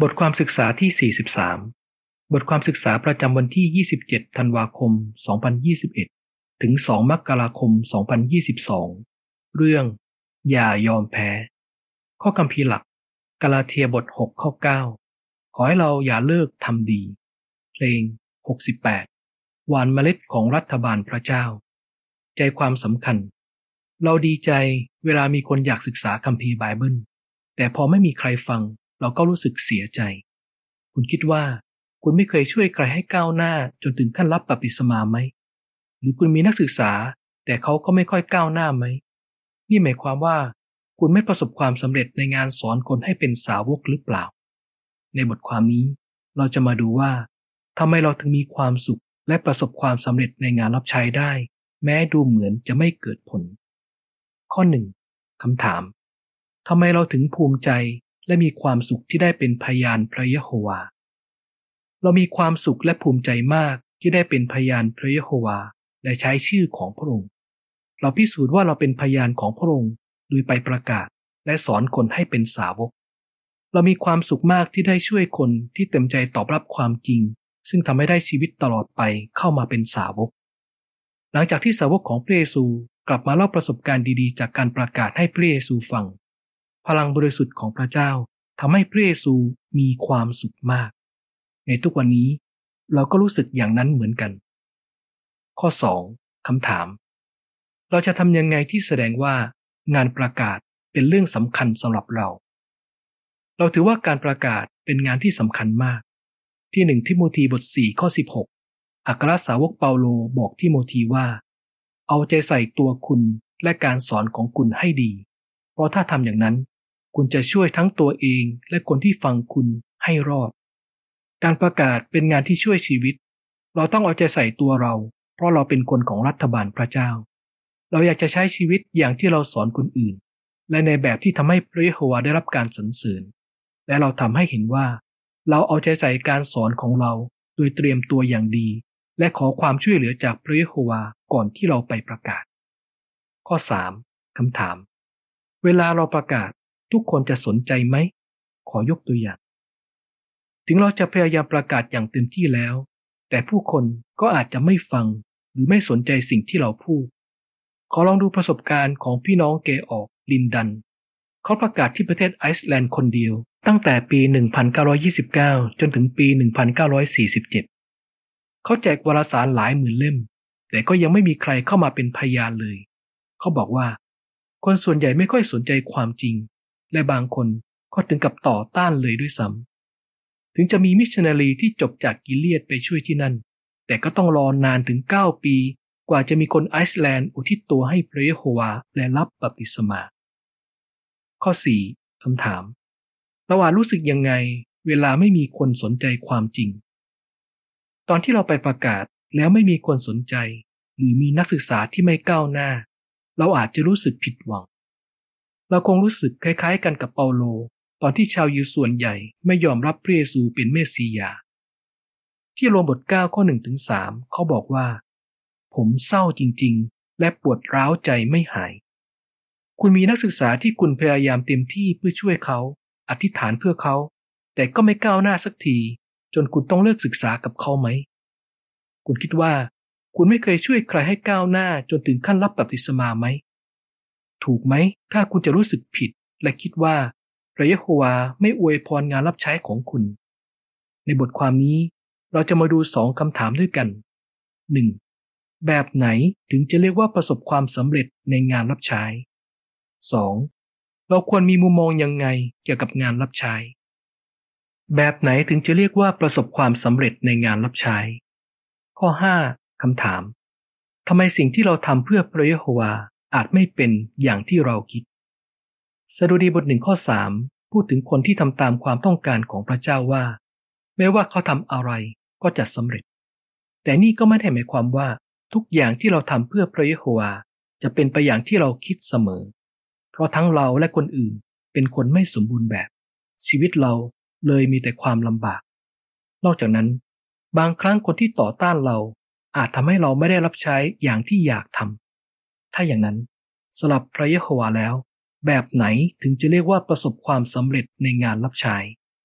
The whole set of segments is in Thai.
บทความศึกษาที่ 43 บทความศึกษาประจำวันที่ 27 ธันวาคม 2021 ถึง 2 มกราคม 2022 เรื่องอย่ายอมแพ้ ข้อคัมภีร์หลักกาลาเทียบท 6 ข้อ 9 ขอให้เราอย่าเลิกทำดี เพลง 68 หว่านเมล็ดของรัฐบาลพระเจ้า ใจความสำคัญ เราดีใจเวลามีคนอยากศึกษาคัมภีร์ไบเบิล แต่พอไม่มีใครฟังเราก็รู้สึกเสียใจคุณคิดว่าคุณไม่เคยช่วยใครให้ก้าวหน้าจนถึงขั้นรับบัพติศมาไหมหรือคุณมีนักศึกษาแต่เขาก็ไม่ค่อยก้าวหน้าไหมนี่หมายความว่าคุณไม่ประสบความสำเร็จในงานสอนคนให้เป็นสาวกหรือเปล่าในบทความนี้เราจะมาดูว่าทำไมเราถึงมีความสุขและประสบความสำเร็จในงานรับใช้ได้แม้ดูเหมือนจะไม่เกิดผลข้อ 1 คำถามทำไมเราถึงภูมิใจและมีความสุขที่ได้เป็นพยานพระยะโฮวาเรามีความสุขและภูมิใจมากที่ได้เป็นพยานพระยะโฮวาและใช้ชื่อของพระองค์เราพิสูจน์ว่าเราเป็นพยานของพระองค์โดยไปประกาศและสอนคนให้เป็นสาวกเรามีความสุขมากที่ได้ช่วยคนที่เต็มใจตอบรับความจริงซึ่งทำให้ได้ชีวิตตลอดไปเข้ามาเป็นสาวกหลังจากที่สาวกของพระเยซูกลับมาเล่าประสบการณ์ดีๆจากการประกาศให้พระเยซูฟังพลังบริสุทธิ์ของพระเจ้าทำให้พระเยซูมีความสุขมากในทุกวันนี้เราก็รู้สึกอย่างนั้นเหมือนกันข้อ 2 คำถามเราจะทำยังไงที่แสดงว่างานประกาศเป็นเรื่องสำคัญสำหรับเราถือว่าการประกาศเป็นงานที่สำคัญมากที่1ทิโมธีบท 4 ข้อ 16 อัครสาวกเปาโลบอกทิโมธีว่าเอาใจใส่ตัวคุณและการสอนของคุณให้ดีเพราะถ้าทำอย่างนั้นคุณจะช่วยทั้งตัวเองและคนที่ฟังคุณให้รอดการประกาศเป็นงานที่ช่วยชีวิตเราต้องเอาใจใส่ตัวเราเพราะเราเป็นคนของรัฐบาลพระเจ้าเราอยากจะใช้ชีวิตอย่างที่เราสอนคนอื่นและในแบบที่ทำให้พระเยโฮวาได้รับการสรรเสริญและเราทำให้เห็นว่าเราเอาใจใส่การสอนของเราโดยเตรียมตัวอย่างดีและขอความช่วยเหลือจากพระเยโฮวาก่อนที่เราไปประกาศข้อ 3 คำถามเวลาเราประกาศทุกคนจะสนใจไหมขอยกตัวอย่างถึงเราจะพยายามประกาศอย่างเต็มที่แล้วแต่ผู้คนก็อาจจะไม่ฟังหรือไม่สนใจสิ่งที่เราพูดขอลองดูประสบการณ์ของพี่น้องเกออกลินดันเขาประกาศที่ประเทศไอซ์แลนด์คนเดียวตั้งแต่ปี 1929 จนถึงปี 1947 เขาแจกวารสารหลายหมื่นเล่มแต่ก็ยังไม่มีใครเข้ามาเป็นพยานเลยเขาบอกว่าคนส่วนใหญ่ไม่ค่อยสนใจความจริงและบางคนก็ถึงกับต่อต้านเลยด้วยซ้ำถึงจะมีมิชชันนารีที่จบจากกิเลสไปช่วยที่นั่นแต่ก็ต้องรอนานถึง9 ปีกว่าจะมีคนไอซ์แลนด์อุทิศตัวให้พระเยโฮวาและรับบัพติศมาข้อ 4 คำถามเราอาจรู้สึกยังไงเวลาไม่มีคนสนใจความจริงตอนที่เราไปประกาศแล้วไม่มีคนสนใจหรือมีนักศึกษาที่ไม่ก้าวหน้าเราอาจจะรู้สึกผิดหวังเราคงรู้สึกคล้ายๆกันกับเปาโลตอนที่ชาวยิวส่วนใหญ่ไม่ยอมรับพระเยซูเป็นเมสสิยาที่โรมบท 9 ข้อ 1-3 เขาบอกว่าผมเศร้าจริงๆและปวดร้าวใจไม่หายคุณมีนักศึกษาที่คุณพยายามเต็มที่เพื่อช่วยเขาอธิษฐานเพื่อเขาแต่ก็ไม่ก้าวหน้าสักทีจนคุณต้องเลิกศึกษากับเขาไหมคุณคิดว่าคุณไม่เคยช่วยใครให้ก้าวหน้าจนถึงขั้นรับบัพติศมาไหมถูกไหมถ้าคุณจะรู้สึกผิดและคิดว่าพระเยโฮวาไม่อวยพรงานรับใช้ของคุณในบทความนี้เราจะมาดู2 คำถามด้วยกัน 1. แบบไหนถึงจะเรียกว่าประสบความสำเร็จในงานรับใช้ 2. เราควรมีมุมมองยังไงเกี่ยวกับงานรับใช้แบบไหนถึงจะเรียกว่าประสบความสำเร็จในงานรับใช้ข้อ 5 คำถามทำไมสิ่งที่เราทำเพื่อพระเยโฮวาอาจไม่เป็นอย่างที่เราคิดสดุดีบท 1 ข้อ 3 พูดถึงคนที่ทำตามความต้องการของพระเจ้าว่าไม่ว่าเขาทำอะไรก็จะสำเร็จแต่นี่ก็ไม่ได้หมายความว่าทุกอย่างที่เราทำเพื่อพระเยโฮวาจะเป็นไปอย่างที่เราคิดเสมอเพราะทั้งเราและคนอื่นเป็นคนไม่สมบูรณ์แบบชีวิตเราเลยมีแต่ความลำบากนอกจากนั้นบางครั้งคนที่ต่อต้านเราอาจทำให้เราไม่ได้รับใช้อย่างที่อยากทำถ้าอย่างนั้นสำหรับพระเยโฮวาแล้วแบบไหนถึงจะเรียกว่าประสบความสำเร็จในงานรับใช้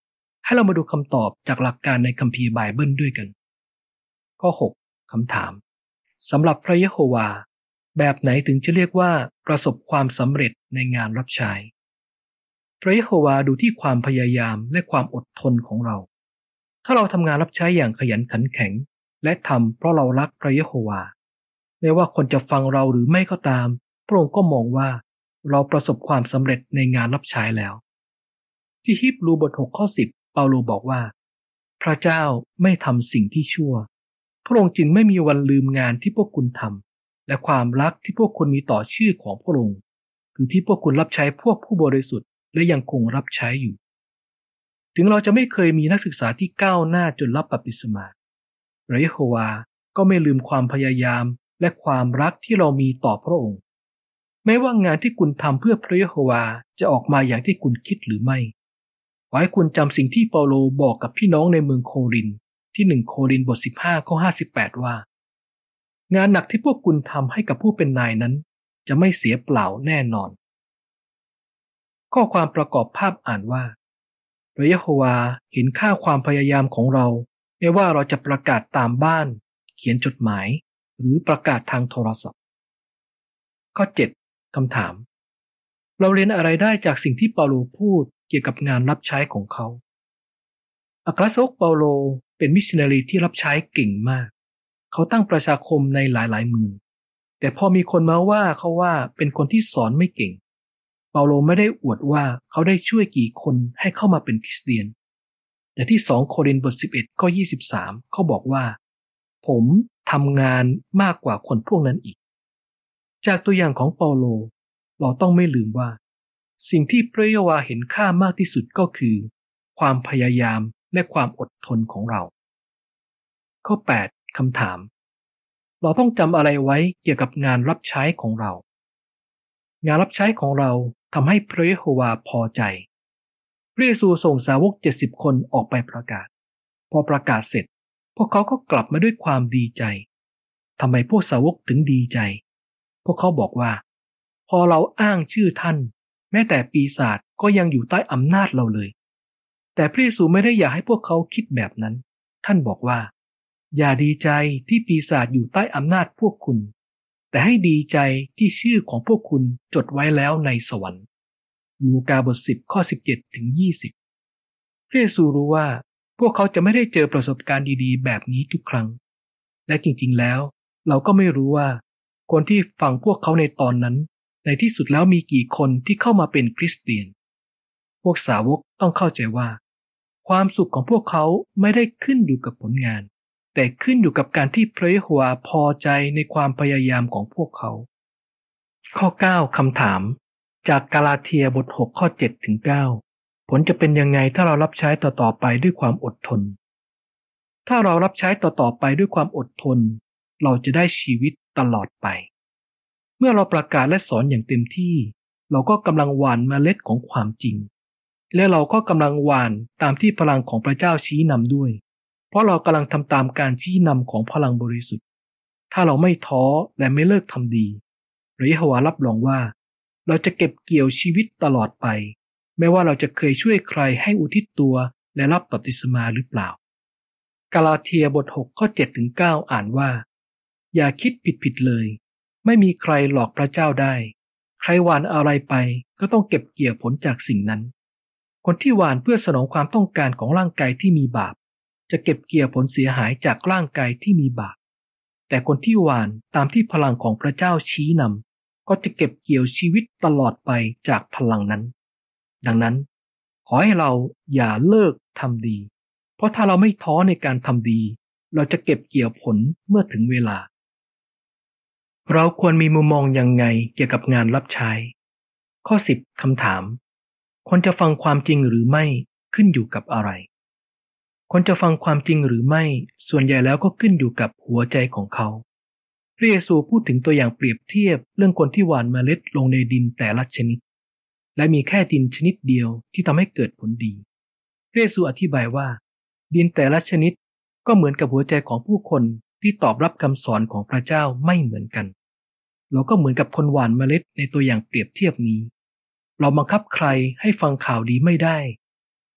ให้เรามาดูคำตอบจากหลักการในคัมภีร์ไบเบิลด้วยกันข้อ6คำถามสำหรับพระยะโฮวาแบบไหนถึงจะเรียกว่าประสบความสำเร็จในงานรับใช้พระยะโฮวาดูที่ความพยายามและความอดทนของเราถ้าเราทำงานรับใช้อย่างขยันขันแข็งและทำเพราะเรารักพระยะโฮวาไม่ว่าคนจะฟังเราหรือไม่ก็ตามพระองค์ก็มองว่าเราประสบความสำเร็จในงานรับใช้แล้วที่ฮีบรูบท6ข้อ10เปาโลบอกว่าพระเจ้าไม่ทำสิ่งที่ชั่วพระองค์จึงไม่มีวันลืมงานที่พวกคุณทำและความรักที่พวกคุณมีต่อชื่อของพระองค์คือที่พวกคุณรับใช้พวกผู้บริสุทธิ์และยังคงรับใช้อยู่ถึงเราจะไม่เคยมีนักศึกษาที่ก้าวหน้าจนรับบัพติศมาพระยะโฮวาก็ไม่ลืมความพยายามและความรักที่เรามีต่อพระองค์แม้ว่างานที่คุณทำเพื่อพระยะโฮวาจะออกมาอย่างที่คุณคิดหรือไม่ขอให้คุณจำสิ่งที่เปาโลบอกกับพี่น้องในเมืองโครินธ์ที่1โครินธ์บท15ข้อ58ว่างานหนักที่พวกคุณทำให้กับผู้เป็นนายนั้นจะไม่เสียเปล่าแน่นอนข้อความประกอบภาพอ่านว่าพระยะโฮวาเห็นค่าความพยายามของเราไม่ว่าเราจะประกาศตามบ้านเขียนจดหมายหรือประกาศทางโทรศัพท์ข้อ7คำถามเราเรียนอะไรได้จากสิ่งที่เปาโลพูดเกี่ยวกับงานรับใช้ของเขาอัครสาวกเปาโลเป็นมิชชันนารีที่รับใช้เก่งมากเขาตั้งประชาคมในหลายๆเมืองแต่พอมีคนมาว่าเขาว่าเป็นคนที่สอนไม่เก่งเปาโลไม่ได้อวดว่าเขาได้ช่วยกี่คนให้เข้ามาเป็นคริสเตียนแต่ที่2โครินธ์บท11ข้อ23เขาบอกว่าผมทำงานมากกว่าคนพวกนั้นอีกจากตัวอย่างของเปาโลเราต้องไม่ลืมว่าสิ่งที่พระยะโฮวาเห็นค่ามากที่สุดก็คือความพยายามและความอดทนของเราข้อ8คำถามเราต้องจำอะไรไว้เกี่ยวกับงานรับใช้ของเรางานรับใช้ของเราทำให้พระยะโฮวาพอใจพระเยซูส่งสาวก70คนออกไปประกาศพอประกาศเสร็จพวกเขาก็กลับมาด้วยความดีใจทำไมพวกสาวกถึงดีใจพวกเขาบอกว่าพอเราอ้างชื่อท่านแม้แต่ปีศาจก็ยังอยู่ใต้อำนาจเราเลยแต่พระเยซูไม่ได้อยากให้พวกเขาคิดแบบนั้นท่านบอกว่าอย่าดีใจที่ปีศาจอยู่ใต้อำนาจพวกคุณแต่ให้ดีใจที่ชื่อของพวกคุณจดไว้แล้วในสวรรค์ลูกาบท10ข้อ17ถึง20พระเยซูรู้ว่าพวกเขาจะไม่ได้เจอประสบการณ์ดีๆแบบนี้ทุกครั้งและจริงๆแล้วเราก็ไม่รู้ว่าคนที่ฟังพวกเขาในตอนนั้นในที่สุดแล้วมีกี่คนที่เข้ามาเป็นคริสเตียนพวกสาวกต้องเข้าใจว่าความสุขของพวกเขาไม่ได้ขึ้นอยู่กับผลงานแต่ขึ้นอยู่กับการที่พระยะโฮวาพอใจในความพยายามของพวกเขาข้อ9คำถามจากกาลาเทียบท6ข้อ7ถึง9ผลจะเป็นยังไงถ้าเรารับใช้ต่อไปด้วยความอดทนถ้าเรารับใช้ต่อไปด้วยความอดทนเราจะได้ชีวิตตลอดไปเมื่อเราประกาศและสอนอย่างเต็มที่เราก็กำลังหว่านเมล็ดของความจริงและเราก็กำลังหว่านตามที่พลังของพระเจ้าชี้นำด้วยเพราะเรากำลังทำตามการชี้นำของพลังบริสุทธิ์ถ้าเราไม่ท้อและไม่เลิกทำดีพระยะโฮวารับรองว่าเราจะเก็บเกี่ยวชีวิตตลอดไปไม่ว่าเราจะเคยช่วยใครให้อุทิศตัวและรับบัพติศมาหรือเปล่ากาลาเทียบท6ข้อ7ถึง9อ่านว่าอย่าคิดผิดเลยไม่มีใครหลอกพระเจ้าได้ใครหว่านอะไรไปก็ต้องเก็บเกี่ยวผลจากสิ่งนั้นคนที่หว่านเพื่อสนองความต้องการของร่างกายที่มีบาปจะเก็บเกี่ยวผลเสียหายจากร่างกายที่มีบาปแต่คนที่หว่านตามที่พลังของพระเจ้าชี้นำก็จะเก็บเกี่ยวชีวิตตลอดไปจากพลังนั้นดังนั้นขอให้เราอย่าเลิกทำดีเพราะถ้าเราไม่ท้อในการทำดีเราจะเก็บเกี่ยวผลเมื่อถึงเวลาเราควรมีมุมมองยังไงเกี่ยวกับงานรับใช้ข้อ10คำถามคนจะฟังความจริงหรือไม่ขึ้นอยู่กับอะไรคนจะฟังความจริงหรือไม่ส่วนใหญ่แล้วก็ขึ้นอยู่กับหัวใจของเขาพระเยซูพูดถึงตัวอย่างเปรียบเทียบเรื่องคนที่หว่านเมล็ดลงในดินแต่ละชนิดและมีแค่ดินชนิดเดียวที่ทำให้เกิดผลดีพระเยซูอธิบายว่าดินแต่ละชนิดก็เหมือนกับหัวใจของผู้คนที่ตอบรับคำสอนของพระเจ้าไม่เหมือนกันเราก็เหมือนกับคนหว่านเมล็ดในตัวอย่างเปรียบเทียบนี้เราบังคับใครให้ฟังข่าวดีไม่ได้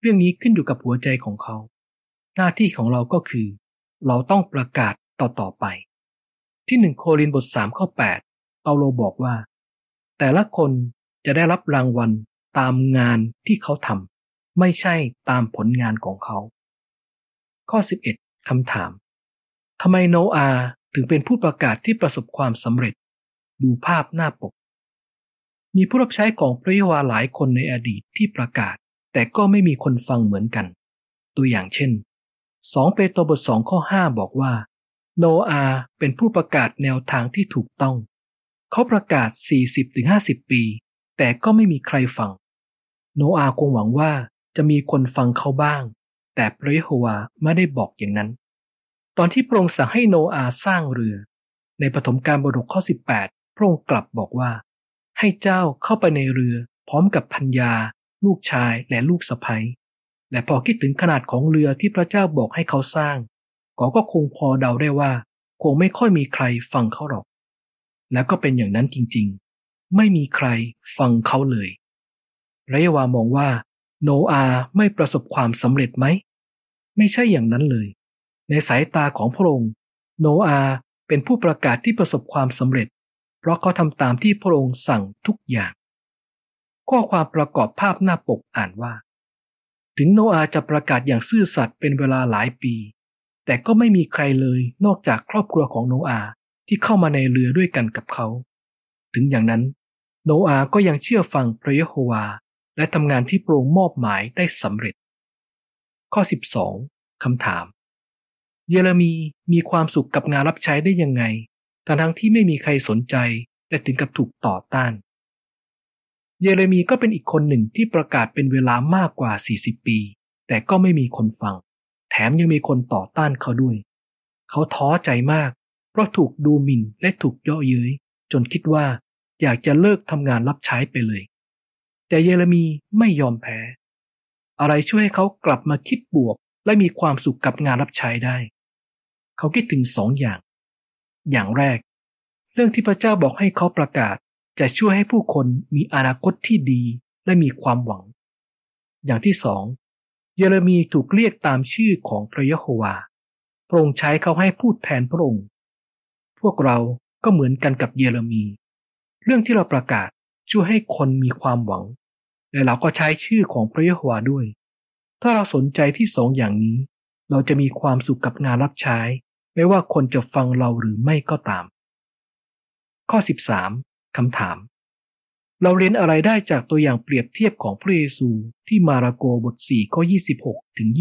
เรื่องนี้ขึ้นอยู่กับหัวใจของเขาหน้าที่ของเราก็คือเราต้องประกาศต่อไปที่1โครินธ์บท3ข้อ8เปาโลบอกว่าแต่ละคนจะได้รับรางวัลตามงานที่เขาทำไม่ใช่ตามผลงานของเขาข้อ11คำถามทำไมโนอาห์ถึงเป็นผู้ประกาศที่ประสบความสำเร็จดูภาพหน้าปกมีผู้รับใช้ของพระยะโฮวาห์หลายคนในอดีตที่ประกาศแต่ก็ไม่มีคนฟังเหมือนกันตัวอย่างเช่น2เปโตรบท2ข้อ5บอกว่าโนอาห์เป็นผู้ประกาศแนวทางที่ถูกต้องเขาประกาศ 40-50 ปีแต่ก็ไม่มีใครฟังโนอาห์คงหวังว่าจะมีคนฟังเขาบ้างแต่พระยะโฮวาห์ไม่ได้บอกอย่างนั้นตอนที่พระองค์สั่งให้โนอาห์สร้างเรือในปฐมกาลบทข้อ18พระองค์กลับบอกว่าให้เจ้าเข้าไปในเรือพร้อมกับภรรยาลูกชายและลูกสะใภ้และพอคิดถึงขนาดของเรือที่พระเจ้าบอกให้เขาสร้างก็คงพอเดาได้ว่าคงไม่ค่อยมีใครฟังเขาหรอกแล้วก็เป็นอย่างนั้นจริงๆไม่มีใครฟังเขาเลยพระยะโฮวาห์มองว่าโนอาห์ไม่ประสบความสำเร็จไหมไม่ใช่อย่างนั้นเลยในสายตาของพระองค์โนอาห์เป็นผู้ประกาศที่ประสบความสำเร็จเพราะเขาทำตามที่พระองค์สั่งทุกอย่างข้อความประกอบภาพหน้าปกอ่านว่าถึงโนอาห์จะประกาศอย่างซื่อสัตย์เป็นเวลาหลายปีแต่ก็ไม่มีใครเลยนอกจากครอบครัวของโนอาห์ที่เข้ามาในเรือด้วยกันกับเขาถึงอย่างนั้นโนอาห์ก็ยังเชื่อฟังพระยะโฮวาห์และทำงานที่พระองค์มอบหมายได้สำเร็จข้อ12คำถามเยเรมีมีความสุขกับงานรับใช้ได้ยังไงทั้งที่ไม่มีใครสนใจและถึงกับถูกต่อต้านเยเรมีก็เป็นอีกคนหนึ่งที่ประกาศเป็นเวลามากกว่า40ปีแต่ก็ไม่มีคนฟังแถมยังมีคนต่อต้านเขาด้วยเขาท้อใจมากเพราะถูกดูหมิ่นและถูกเยาะเย้ยจนคิดว่าอยากจะเลิกทำงานรับใช้ไปเลยแต่เยเรมีไม่ยอมแพ้อะไรช่วยให้เขากลับมาคิดบวกและมีความสุขกับงานรับใช้ได้เขาคิดถึง2 อย่างแรกเรื่องที่พระเจ้าบอกให้เขาประกาศจะช่วยให้ผู้คนมีอนาคตที่ดีและมีความหวังอย่างที่2เยเรมีถูกเรียกตามชื่อของพระยะโฮวาห์พระองค์ใช้เขาให้พูดแทนพระองค์พวกเราก็เหมือนกันกับเยเรมีเรื่องที่เราประกาศช่วยให้คนมีความหวังและเราก็ใช้ชื่อของพระยะโฮวาห์ด้วยถ้าเราสนใจที่2 อย่างนี้เราจะมีความสุขกับงานรับใช้ไม่ว่าคนจะฟังเราหรือไม่ก็ตามข้อ13คำถามเราเรียนอะไรได้จากตัวอย่างเปรียบเทียบของพระเยซูที่มาระโกบท4ข้อ26ถึง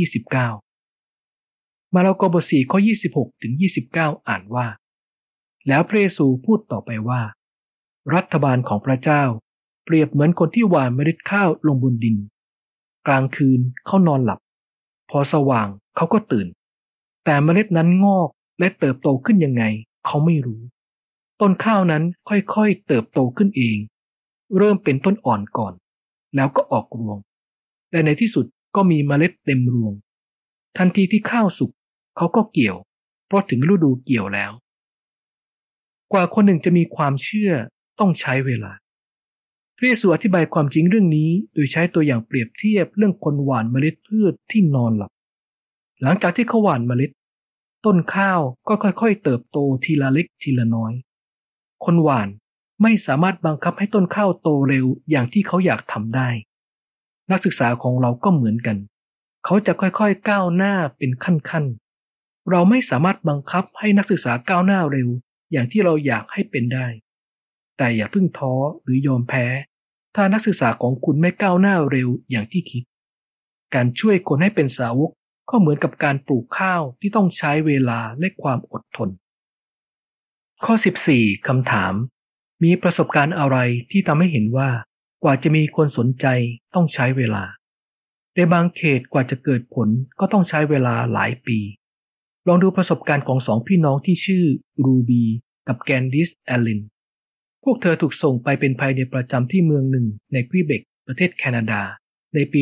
29มาระโกบท4ข้อ26ถึง29อ่านว่าแล้วพระเยซูพูดต่อไปว่ารัฐบาลของพระเจ้าเปรียบเหมือนคนที่หว่านเมล็ดข้าวลงบนดินกลางคืนเขานอนหลับพอสว่างเขาก็ตื่นแต่เมล็ดนั้นงอกและเติบโตขึ้นยังไงเขาไม่รู้ต้นข้าวนั้นค่อยๆเติบโตขึ้นเองเริ่มเป็นต้นอ่อนก่อนแล้วก็ออกรวงและในที่สุดก็มีเมล็ดเต็มรวงทันทีที่ข้าวสุกเขาก็เกี่ยวเพราะถึงฤดูเกี่ยวแล้วกว่าคนหนึ่งจะมีความเชื่อต้องใช้เวลาพระเยซูอธิบายความจริงเรื่องนี้โดยใช้ตัวอย่างเปรียบเทียบเรื่องคนหว่านเมล็ดพืชที่นอนหลับหลังจากที่เขาหว่านเมล็ดต้นข้าวก็ค่อยๆเติบโตทีละเล็กทีละน้อยคนหว่านไม่สามารถบังคับให้ต้นข้าวโตเร็วอย่างที่เขาอยากทำได้นักศึกษาของเราก็เหมือนกันเขาจะค่อยๆก้าวหน้าเป็นขั้นๆเราไม่สามารถบังคับให้นักศึกษาก้าวหน้าเร็วอย่างที่เราอยากให้เป็นได้แต่อย่าเพิ่งท้อหรือยอมแพ้ถ้านักศึกษาของคุณไม่ก้าวหน้าเร็วอย่างที่คิดการช่วยคนให้เป็นสาวกก็เหมือนกับการปลูกข้าวที่ต้องใช้เวลาและความอดทนข้อ14คำถามมีประสบการณ์อะไรที่ทำให้เห็นว่ากว่าจะมีคนสนใจต้องใช้เวลาในบางเขตกว่าจะเกิดผลก็ต้องใช้เวลาหลายปีลองดูประสบการณ์ของ2 พี่น้องที่ชื่อรูบีกับแกนดิสแอลลินพวกเธอถูกส่งไปเป็นภายในประจำที่เมืองหนึ่งในควิเบกประเทศแคนาดาในปี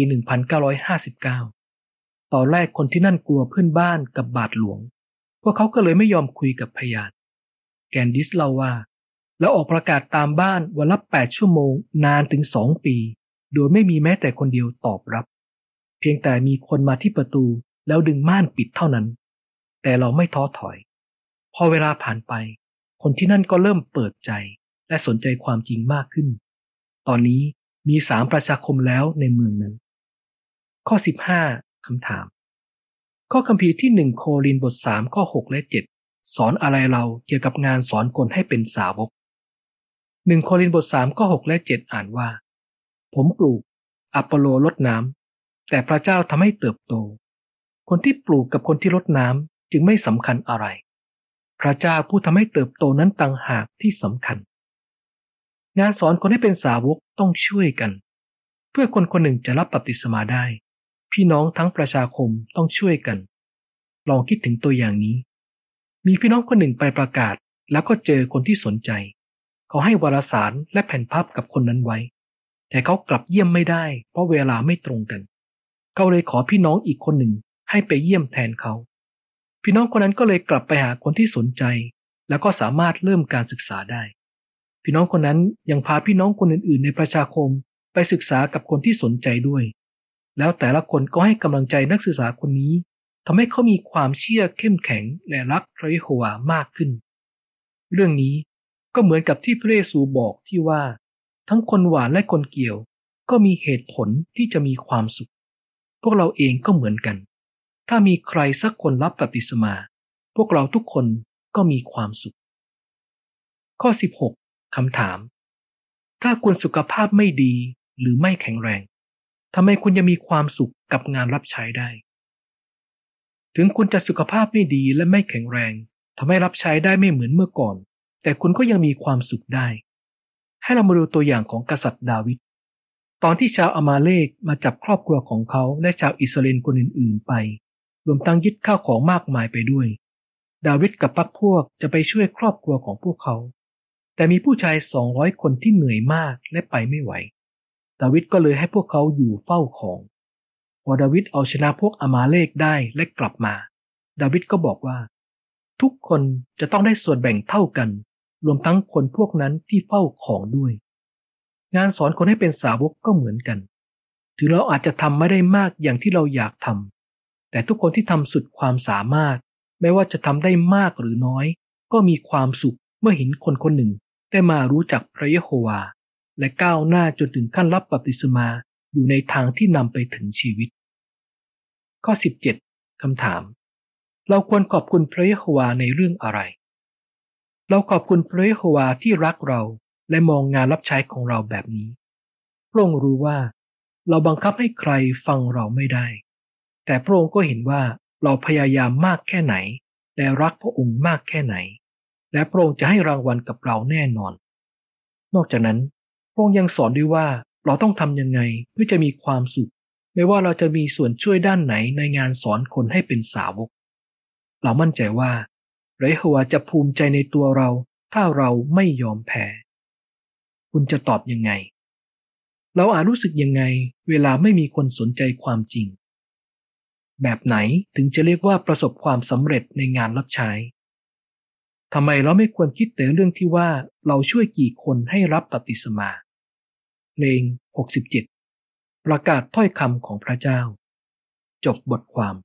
1959 ตอนแรกคนที่นั่นกลัวเพื่อนบ้านกับบาทหลวงพวกเขาก็เลยไม่ยอมคุยกับพยานแกนดิสเล่าว่าแล้วออกประกาศตามบ้านวันละ8 ชั่วโมงนานถึง2 ปีโดยไม่มีแม้แต่คนเดียวตอบรับเพียงแต่มีคนมาที่ประตูแล้วดึงม่านปิดเท่านั้นแต่เราไม่ท้อถอยพอเวลาผ่านไปคนที่นั่นก็เริ่มเปิดใจและสนใจความจริงมากขึ้นตอนนี้มี3ประชาคมแล้วในเมืองนั้นข้อ15คำถามข้อคัมภีร์ที่1โครินธ์บท3ข้อ6และ7สอนอะไรเราเกี่ยวกับงานสอนคนให้เป็นสาวก1โครินธ์บท3ข้อ6และ7อ่านว่าผมปลูกอัปโปโลรดน้ำแต่พระเจ้าทำให้เติบโตคนที่ปลูกกับคนที่รดน้ำจึงไม่สำคัญอะไรพระเจ้าผู้ทำให้เติบโตนั้นต่างหากที่สำคัญงานสอนคนให้เป็นสาวกต้องช่วยกันเพื่อคนคนหนึ่งจะรับบัพติศมาได้พี่น้องทั้งประชาคมต้องช่วยกันลองคิดถึงตัวอย่างนี้มีพี่น้องคนหนึ่งไปประกาศแล้วก็เจอคนที่สนใจเขาให้วารสารและแผ่นพับกับคนนั้นไว้แต่เขากลับเยี่ยมไม่ได้เพราะเวลาไม่ตรงกันเขาเลยขอพี่น้องอีกคนหนึ่งให้ไปเยี่ยมแทนเขาพี่น้องคนนั้นก็เลยกลับไปหาคนที่สนใจแล้วก็สามารถเริ่มการศึกษาได้พี่น้องคนนั้นยังพาพี่น้องคนอื่นๆในประชาคมไปศึกษากับคนที่สนใจด้วยแล้วแต่ละคนก็ให้กำลังใจนักศึกษาคนนี้ทำให้เขามีความเชื่อเข้มแข็งและรักพระเยโฮวามากขึ้นเรื่องนี้ก็เหมือนกับที่พระเยซูบอกที่ว่าทั้งคนหวานและคนเกี่ยวก็มีเหตุผลที่จะมีความสุขพวกเราเองก็เหมือนกันถ้ามีใครสักคนรับบัพติศมาพวกเราทุกคนก็มีความสุขข้อ16คำถามถ้าคุณสุขภาพไม่ดีหรือไม่แข็งแรงทำไมคุณยังมีความสุขกับงานรับใช้ได้ถึงคุณจะสุขภาพไม่ดีและไม่แข็งแรงทำให้รับใช้ได้ไม่เหมือนเมื่อก่อนแต่คุณก็ยังมีความสุขได้ให้เรามาดูตัวอย่างของกษัตริย์ดาวิดตอนที่ชาวอามาเลกมาจับครอบครัวของเขาและชาวอิสราเอลคนอื่นๆไปรวมทั้งยึดข้าวของมากมายไปด้วยดาวิดกับพรรคพวกจะไปช่วยครอบครัวของพวกเขาแต่มีผู้ชาย200คนที่เหนื่อยมากและไปไม่ไหวดาวิดก็เลยให้พวกเขาอยู่เฝ้าของพอดาวิดเอาชนะพวกอามาเลกได้และกลับมาดาวิดก็บอกว่าทุกคนจะต้องได้ส่วนแบ่งเท่ากันรวมทั้งคนพวกนั้นที่เฝ้าของด้วยงานสอนคนให้เป็นสาวกก็เหมือนกันถึงเราอาจจะทำไม่ได้มากอย่างที่เราอยากทำแต่ทุกคนที่ทำสุดความสามารถไม่ว่าจะทำได้มากหรือน้อยก็มีความสุขเมื่อเห็นคนคนหนึ่งได้มารู้จักพระเยโฮวาและก้าวหน้าจนถึงขั้นรับบัพติศมาอยู่ในทางที่นำไปถึงชีวิตข้อ17คำถามเราควรขอบคุณพระเยโฮวาในเรื่องอะไรเราขอบคุณพระเยโฮวาที่รักเราและมองงานรับใช้ของเราแบบนี้พระองค์รู้ว่าเราบังคับให้ใครฟังเราไม่ได้แต่พระองค์ก็เห็นว่าเราพยายามมากแค่ไหนและรักพระองค์มากแค่ไหนและพระองค์จะให้รางวัลกับเราแน่นอนนอกจากนั้นพระองค์ยังสอนด้วยว่าเราต้องทำยังไงเพื่อจะมีความสุขไม่ว่าเราจะมีส่วนช่วยด้านไหนในงานสอนคนให้เป็นสาวกเรามั่นใจว่าพระเยโฮวาจะภูมิใจในตัวเราถ้าเราไม่ยอมแพ้คุณจะตอบยังไงเราอาจรู้สึกยังไงเวลาไม่มีคนสนใจความจริงแบบไหนถึงจะเรียกว่าประสบความสำเร็จในงานรับใช้ทำไมเราไม่ควรคิดแต่เรื่องที่ว่าเราช่วยกี่คนให้รับบัพติศมาเพลง67ประกาศถ้อยคำของพระเจ้าจบบทความ